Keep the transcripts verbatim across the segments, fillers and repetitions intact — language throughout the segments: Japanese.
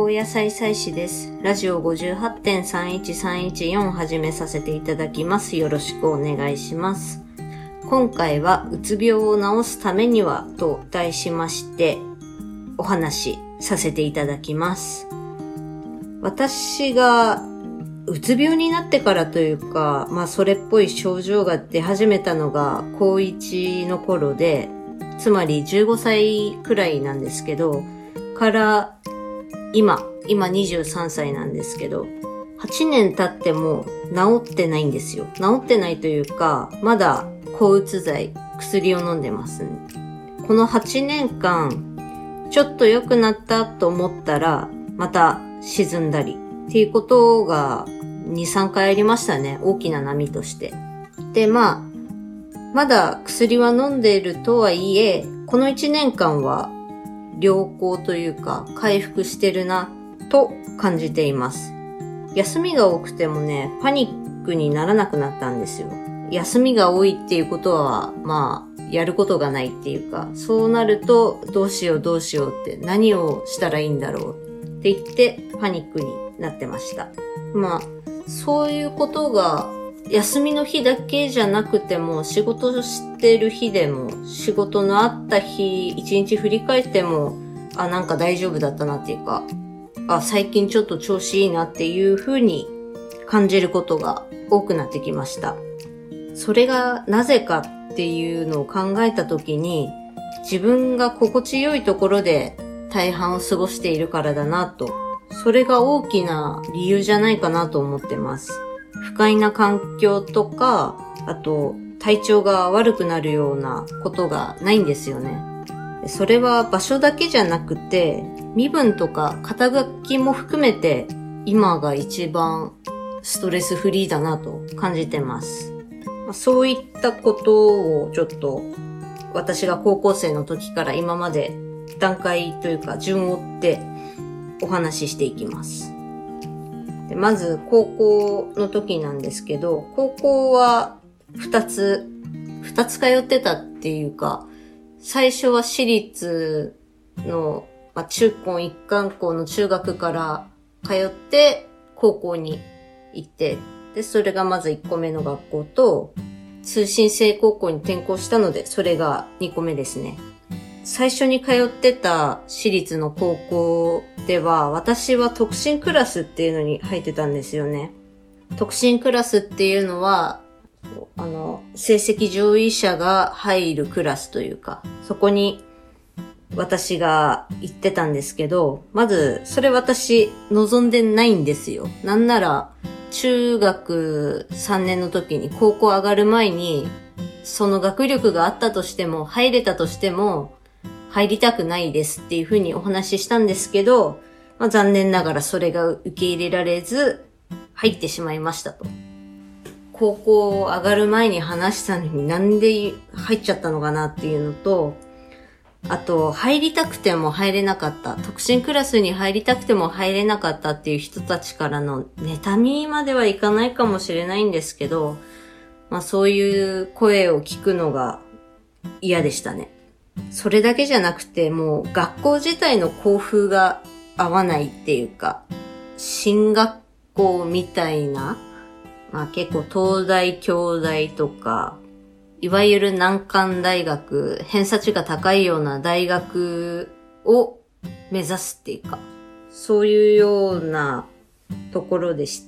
高野菜菜師です。ラジオ ごじゅうはちてんさんいちさんいちよん 始めさせていただきます。よろしくお願いします。今回はうつ病を治すためにはと題しましてお話しさせていただきます。私がうつ病になってからというか、まあそれっぽい症状が出始めたのがこういちの頃で、つまりじゅうごさいくらいなんですけど、から今、今にじゅうさんさいなんですけど、はちねん経っても治ってないんですよ。治ってないというか、まだ抗うつ剤、薬を飲んでますね。このはちねんかん、ちょっと良くなったと思ったら、また沈んだりっていうことがに、さんかいありましたね。大きな波として。で、まあ、まだ薬は飲んでいるとはいえ、このいちねんかんは良好というか回復してるなと感じています。休みが多くてもね、パニックにならなくなったんですよ。休みが多いっていうことは、まあ、やることがないっていうか、そうなるとどうしようどうしようって何をしたらいいんだろうって言ってパニックになってました。まあ、そういうことが休みの日だけじゃなくても、仕事してる日でも、仕事のあった日、一日振り返っても、あ、なんか大丈夫だったなっていうか、あ、最近ちょっと調子いいなっていう風に感じることが多くなってきました。それがなぜかっていうのを考えたときに、自分が心地よいところで大半を過ごしているからだなと、それが大きな理由じゃないかなと思ってます。不快な環境とか、あと体調が悪くなるようなことがないんですよね。それは場所だけじゃなくて、身分とか肩書きも含めて今が一番ストレスフリーだなと感じてます。そういったことをちょっと私が高校生の時から今まで段階というか順を追ってお話ししていきます。でまず高校の時なんですけど、高校は二つ、二つ通ってたっていうか、最初は私立の、まあ、中高一貫校の中学から通って高校に行って、で、それがまず一個目の学校と、通信制高校に転校したので、それが二個目ですね。最初に通ってた私立の高校では、私は特進クラスっていうのに入ってたんですよね。特進クラスっていうのは、あの、成績上位者が入るクラスというか、そこに私が行ってたんですけど、まず、それ私望んでないんですよ。なんなら、中学さんねんの時に高校上がる前に、その学力があったとしても、入れたとしても、入りたくないですっていうふうにお話ししたんですけど、まあ、残念ながらそれが受け入れられず、入ってしまいましたと。高校上がる前に話したのになんで入っちゃったのかなっていうのと、あと、入りたくても入れなかった。特進クラスに入りたくても入れなかったっていう人たちからの妬みまではいかないかもしれないんですけど、まあそういう声を聞くのが嫌でしたね。それだけじゃなくて、もう学校自体の校風が合わないっていうか、進学校みたいな、まあ結構東大京大とか、いわゆる難関大学、偏差値が高いような大学を目指すっていうか、そういうようなところでして、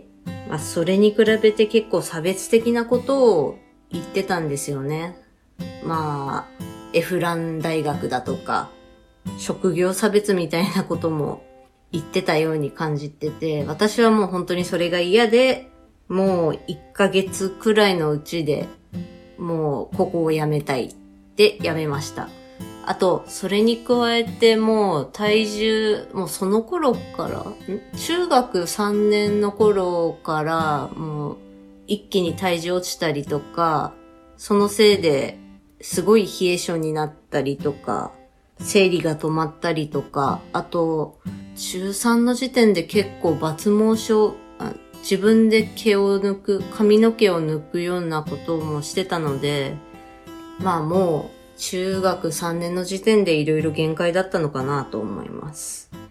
まあそれに比べて結構差別的なことを言ってたんですよね。まあ、エフラン大学だとか、職業差別みたいなことも言ってたように感じてて、私はもう本当にそれが嫌で、もういっかげつくらいのうちで、もうここを辞めたいって辞めました。あと、それに加えてもう体重、もうその頃から、ん中学さんねんの頃からもう一気に体重落ちたりとか、そのせいですごい冷え性になったりとか、生理が止まったりとか、あと、中さんの時点で結構抜毛症、自分で毛を抜く、髪の毛を抜くようなこともしてたので、まあもう中学さんねんの時点でいろいろ限界だったのかなと思います。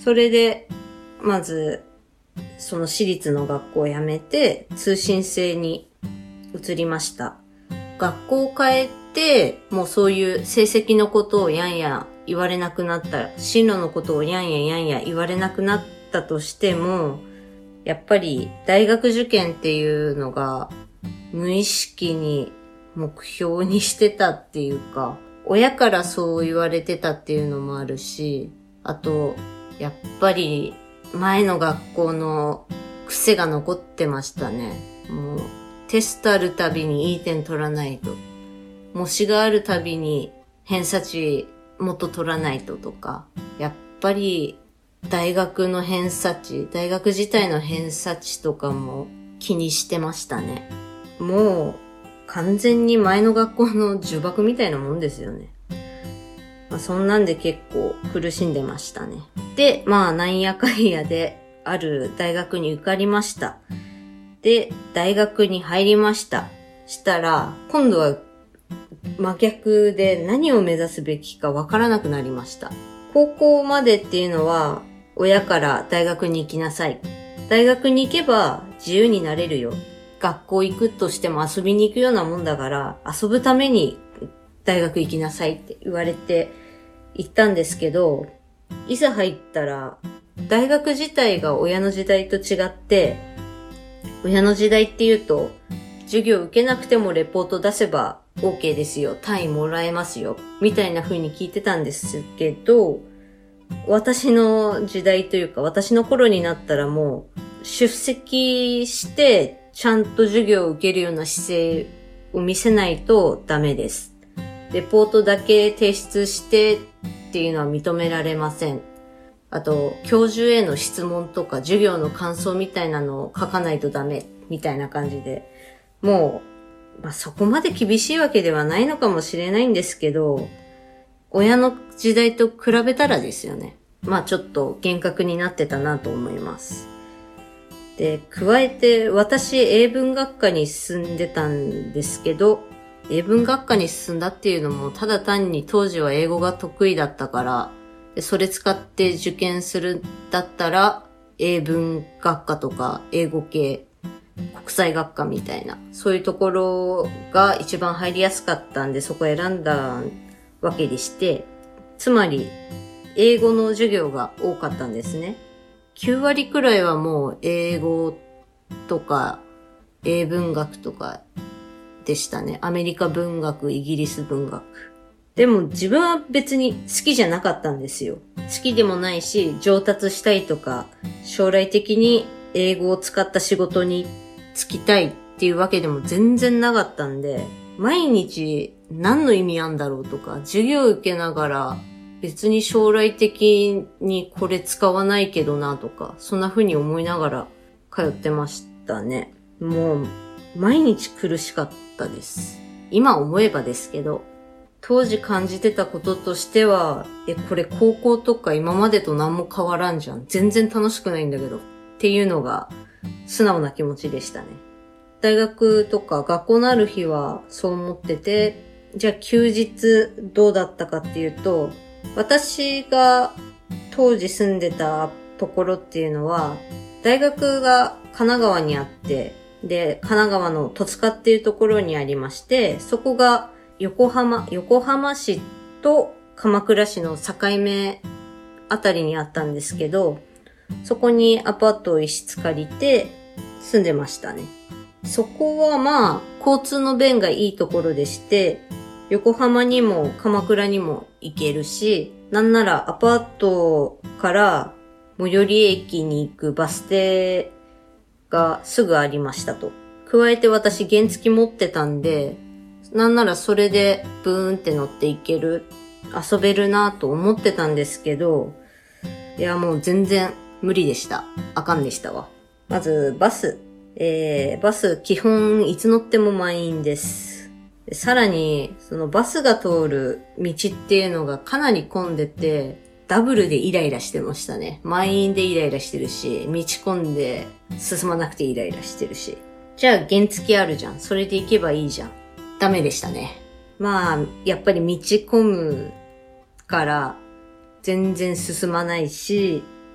それで、まず、その私立の学校を辞めて、通信制に移りました。学校を変えて、もうそういう成績のことをやんや言われなくなった、進路のことをやんややんや言われなくなったとしても、やっぱり大学受験っていうのが無意識に目標にしてたっていうか、親からそう言われてたっていうのもあるし、あと、やっぱり前の学校の癖が残ってましたね。もうテストあるたびにいい点取らないと。模試があるたびに偏差値もっと取らないととか、やっぱり大学の偏差値、大学自体の偏差値とかも気にしてましたね。もう完全に前の学校の呪縛みたいなもんですよね。まあ、そんなんで結構苦しんでましたね。で、まあなんやかんやである大学に受かりました。で、大学に入りました。したら、今度は真逆で何を目指すべきかわからなくなりました。高校までっていうのは、親から大学に行きなさい。大学に行けば自由になれるよ。学校行くとしても遊びに行くようなもんだから、遊ぶために大学行きなさいって言われて行ったんですけど、いざ入ったら、大学自体が親の時代と違って、親の時代っていうと、授業受けなくてもレポート出せば OK ですよ。単位もらえますよ。みたいな風に聞いてたんですけど、私の時代というか、私の頃になったらもう、出席して、ちゃんと授業を受けるような姿勢を見せないとダメです。レポートだけ提出してっていうのは認められません。あと、教授への質問とか授業の感想みたいなのを書かないとダメみたいな感じで、もう、まあ、そこまで厳しいわけではないのかもしれないんですけど、親の時代と比べたらですよね。まあちょっと厳格になってたなと思います。で、加えて私英文学科に進んでたんですけど、英文学科に進んだっていうのもただ単に当時は英語が得意だったから、それ使って受験するんだったら英文学科とか英語系、国際学科みたいな、そういうところが一番入りやすかったんでそこ選んだわけでして、つまり英語の授業が多かったんですね。きゅうわりくらいはもう英語とか英文学とかでしたね。アメリカ文学、イギリス文学。でも自分は別に好きじゃなかったんですよ。好きでもないし、上達したいとか、将来的に英語を使った仕事に就きたいっていうわけでも全然なかったんで、毎日何の意味あんだろうとか、授業を受けながら別に将来的にこれ使わないけどなとか、そんな風に思いながら通ってましたね。もう毎日苦しかったです。今思えばですけど、当時感じてたこととしては、え、これ高校とか今までと何も変わらんじゃん。全然楽しくないんだけど。っていうのが素直な気持ちでしたね。大学とか学校のある日はそう思ってて、じゃあ休日どうだったかっていうと、私が当時住んでたところっていうのは、大学が神奈川にあって、で、神奈川の戸塚っていうところにありまして、そこが横浜、横浜市と鎌倉市の境目あたりにあったんですけど、そこにアパートを一室借りて住んでましたね。そこはまあ、交通の便がいいところでして、横浜にも鎌倉にも行けるし、なんならアパートから最寄り駅に行くバス停がすぐありましたと。加えて私原付持ってたんで、なんならそれでブーンって乗って行ける、遊べるなと思ってたんですけど、いやもう全然無理でした。あかんでしたわ。まずバス。えー、バス基本いつ乗っても満員です。でさらに、そのバスが通る道っていうのがかなり混んでて、ダブルでイライラしてましたね。満員でイライラしてるし、道混んで進まなくてイライラしてるし。じゃあ原付あるじゃん。それで行けばいいじゃん。ダメでしたね。まあ、やっぱり道混むから全然進まないし、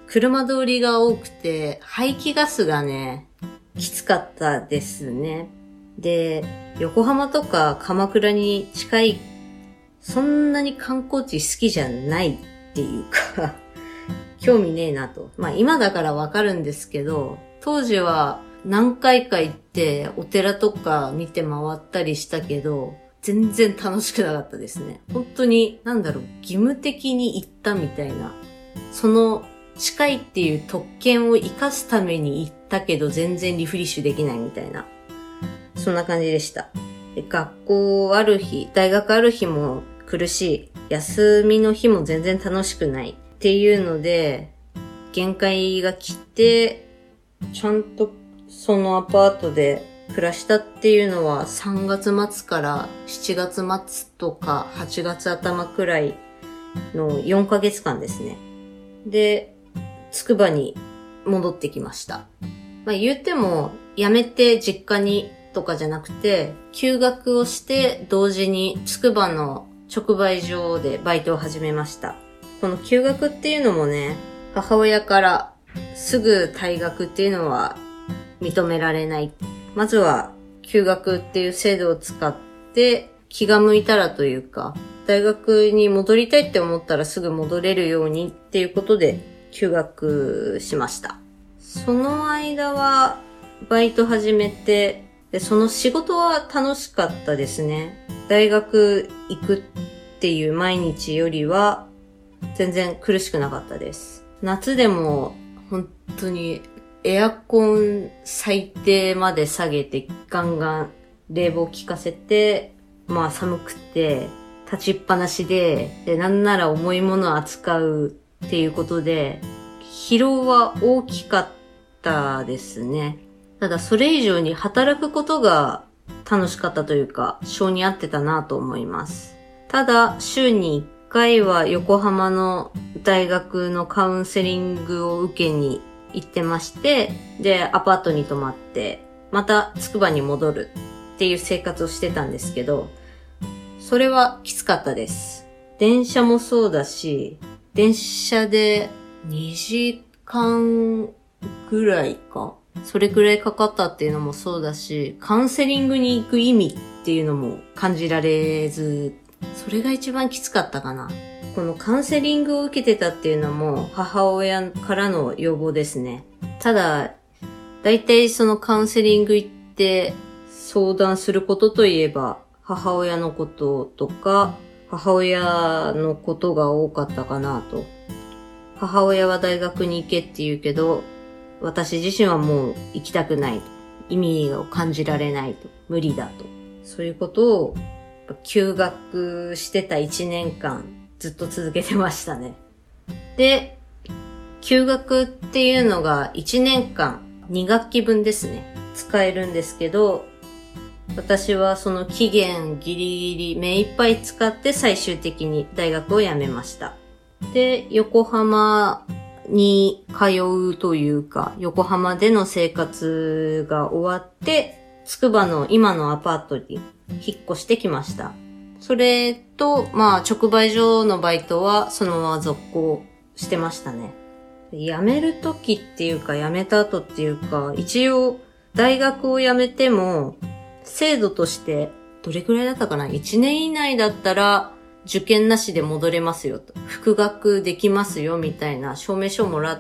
車通りが多くて、排気ガスがね、きつかったですね。で、横浜とか鎌倉に近い、そんなに観光地好きじゃないっていうか、興味ねえなと。まあ今だからわかるんですけど、当時は何回か行ってお寺とか見て回ったりしたけど、全然楽しくなかったですね。本当に、なんだろう、義務的に行ったみたいな。その近いっていう特権を生かすために行ったけど全然リフレッシュできないみたいな。そんな感じでした。で、学校ある日、大学ある日も苦しい。休みの日も全然楽しくない。っていうので、限界が来て、ちゃんとそのアパートで暮らしたっていうのはさんがつ末からしちがつ末とかはちがつ頭くらいのよんかげつかんですね。で、つくばに戻ってきました。まあ言っても辞めて実家にとかじゃなくて、休学をして同時につくばの直売所でバイトを始めました。この休学っていうのもね、母親からすぐ退学っていうのは認められない。まずは休学っていう制度を使って気が向いたらというか、大学に戻りたいって思ったらすぐ戻れるようにっていうことで休学しました。その間はバイト始めて、で、その仕事は楽しかったですね。大学行くっていう毎日よりは全然苦しくなかったです。夏でも本当にエアコン最低まで下げてガンガン冷房効かせて、まあ寒くて立ちっぱなしで、で、なんなら重いものを扱うっていうことで疲労は大きかったですね。ただそれ以上に働くことが楽しかったというか、性に合ってたなと思います。ただ週にいっかいは横浜の大学のカウンセリングを受けに行ってまして、で、アパートに泊まって、またつくばに戻るっていう生活をしてたんですけど、それはきつかったです。電車もそうだし、電車でにじかんぐらいか。それくらいかかったっていうのもそうだし、カウンセリングに行く意味っていうのも感じられず、それが一番きつかったかな。このカウンセリングを受けてたっていうのも母親からの要望ですね。ただ、だいたいそのカウンセリング行って相談することといえば母親のこととか母親のことが多かったかなと。母親は大学に行けって言うけど、私自身はもう行きたくないと。意味を感じられないと。無理だと。そういうことを休学してたいちねんかんずっと続けてましたね。で、休学っていうのがいちねんかんにがっきぶんですね。使えるんですけど、私はその期限ギリギリ目いっぱい使って最終的に大学を辞めました。で、横浜に通うというか、横浜での生活が終わって、つくばの今のアパートに引っ越してきました。それと、まあ、直売所のバイトはそのまま続行してましたね。辞めるときっていうか、辞めた後っていうか、一応、大学を辞めても、制度として、どれくらいだったかな ?いちねん以内だったら、受験なしで戻れますよと。復学できますよ、みたいな証明書をもらって、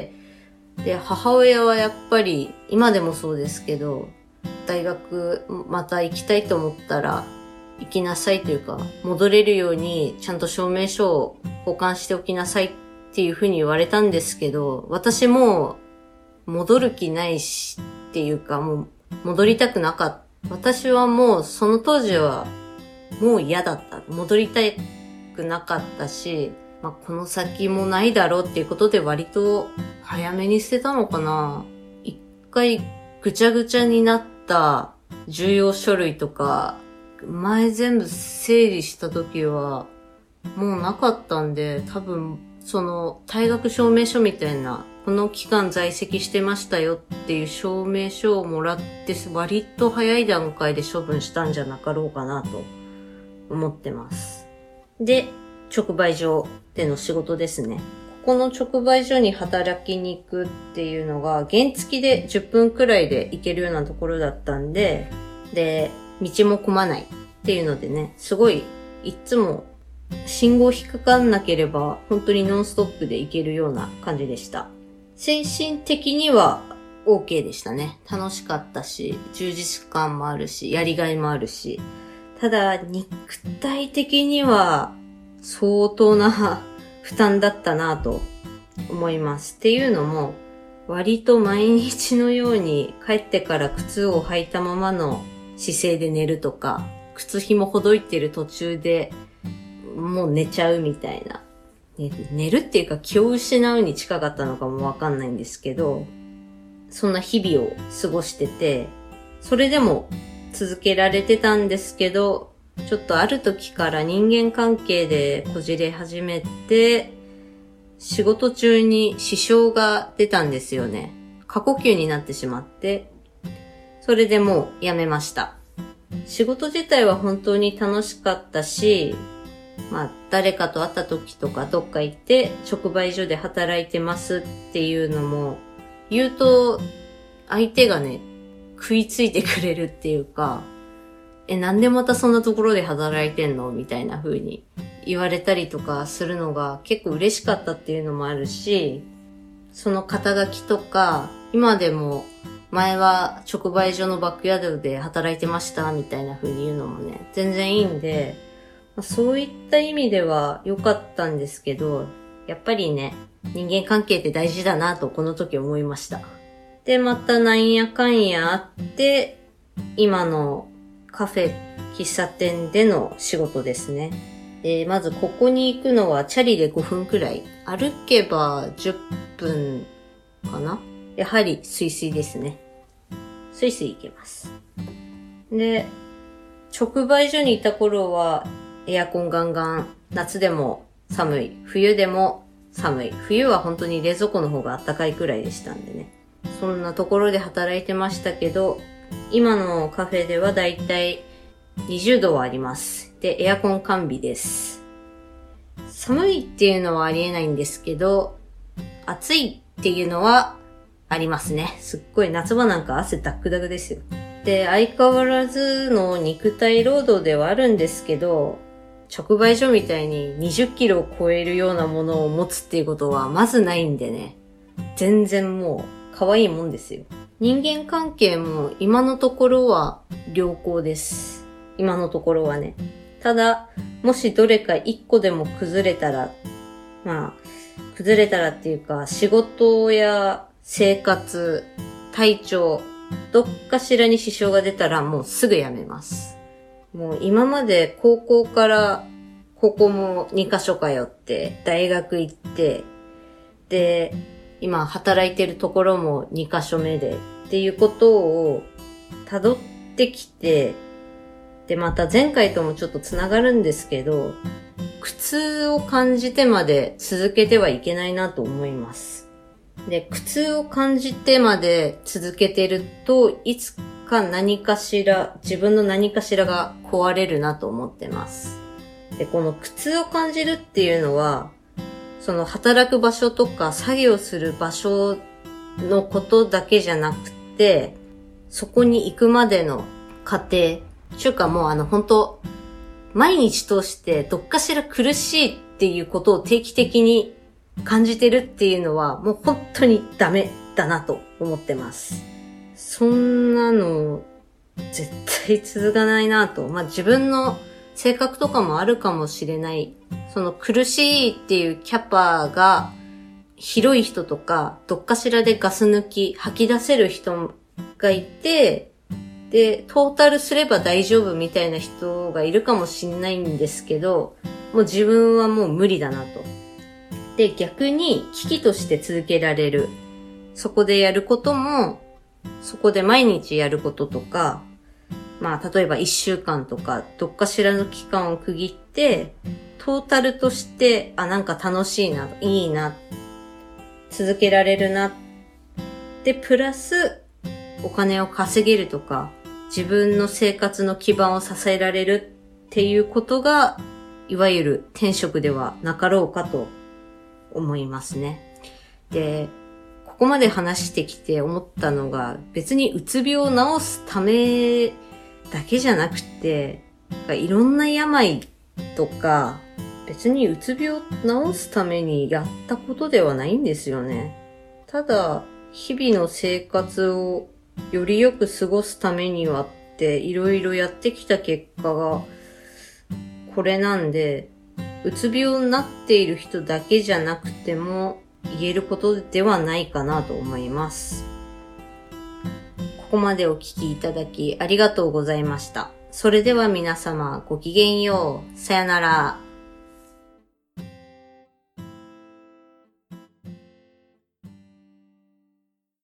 で、母親はやっぱり、今でもそうですけど、大学また行きたいと思ったら行きなさいというか、戻れるようにちゃんと証明書を保管しておきなさいっていうふうに言われたんですけど、私もう戻る気ないしっていうか、もう戻りたくなかった。私はもうその当時はもう嫌だった。戻りたくなかったし、まあ、この先もないだろうっていうことで割と早めに捨てたのかな。一回ぐちゃぐちゃになった重要書類とか、前全部整理した時はもうなかったんで、多分その退学証明書みたいな、この期間在籍してましたよっていう証明書をもらって割と早い段階で処分したんじゃなかろうかなと思ってます。で、直売所での仕事ですね。ここの直売所に働きに行くっていうのが、原付でじゅっぷんくらいで行けるようなところだったんで、で、道も混まないっていうのでね、すごい、いつも信号引っかかんなければ、本当にノンストップで行けるような感じでした。精神的には OK でしたね。楽しかったし、充実感もあるし、やりがいもあるし、ただ、肉体的には相当な負担だったなと思います。っていうのも、割と毎日のように帰ってから靴を履いたままの姿勢で寝るとか、靴紐ほどいてる途中でもう寝ちゃうみたいな。寝、寝るっていうか気を失うに近かったのかもわかんないんですけど、そんな日々を過ごしてて、それでも続けられてたんですけど、ちょっとある時から人間関係でこじれ始めて、仕事中に支障が出たんですよね。過呼吸になってしまって、それでもうやめました。仕事自体は本当に楽しかったし、まあ誰かと会った時とかどっか行って直売所で働いてますっていうのも言うと相手がね、食いついてくれるっていうか、え、なんでまたそんなところで働いてんのみたいな風に言われたりとかするのが結構嬉しかったっていうのもあるし、その肩書きとか、今でも前は直売所のバックヤードで働いてましたみたいな風に言うのもね、全然いいんで、そういった意味では良かったんですけど、やっぱりね、人間関係って大事だなとこの時思いました。で、またなんやかんやあって、今のカフェ、喫茶店での仕事ですね。えー、まずここに行くのはチャリでごふんくらい。歩けばじゅっぷんかな。やはりスイスイですね。スイスイ行けます。で、直売所にいた頃はエアコンガンガン、夏でも寒い、冬でも寒い。冬は本当に冷蔵庫の方が暖かいくらいでしたんでね。そんなところで働いてましたけど、今のカフェではだいたいにじゅうどはあります。で、エアコン完備です。寒いっていうのはありえないんですけど、暑いっていうのはありますね。すっごい夏場なんか汗ダックダクですよ。で、相変わらずの肉体労働ではあるんですけど、直売所みたいににじゅっキロを超えるようなものを持つっていうことはまずないんでね。全然もう可愛いもんですよ。人間関係も今のところは良好です。今のところはね。ただ、もしどれか一個でも崩れたら、まあ、崩れたらっていうか、仕事や生活、体調、どっかしらに支障が出たらもうすぐ辞めます。もう今まで高校から高校もにカ所通って、大学行って、で、今働いてるところもにカ所目でっていうことを辿ってきて、で、また前回ともちょっとつながるんですけど、苦痛を感じてまで続けてはいけないなと思います。で、苦痛を感じてまで続けてると、いつか何かしら、自分の何かしらが壊れるなと思ってます。で、この苦痛を感じるっていうのは、その働く場所とか作業する場所のことだけじゃなくて、そこに行くまでの過程、ちゅうかもうあの本当、毎日通してどっかしら苦しいっていうことを定期的に感じてるっていうのはもう本当にダメだなと思ってます。そんなの絶対続かないなと。まあ自分の性格とかもあるかもしれない。その苦しいっていうキャパが広い人とか、どっかしらでガス抜き吐き出せる人がいて、で、トータルすれば大丈夫みたいな人がいるかもしれないんですけど、もう自分はもう無理だなと。で、逆に危機として続けられる。そこでやることも、そこで毎日やることとか、まあ、例えば一週間とか、どっかしらの期間を区切って、トータルとして、あ、なんか楽しいな、いいな、続けられるな。で、プラス、お金を稼げるとか、自分の生活の基盤を支えられるっていうことが、いわゆる転職ではなかろうかと思いますね。で、ここまで話してきて思ったのが、別にうつ病を治すためだけじゃなくて、いろんな病とか、別にうつ病を治すためにやったことではないんですよね。ただ、日々の生活をよりよく過ごすためにはっていろいろやってきた結果がこれなんで、うつ病になっている人だけじゃなくても言えることではないかなと思います。ここまでお聞きいただきありがとうございました。それでは皆様ごきげんよう。さよなら。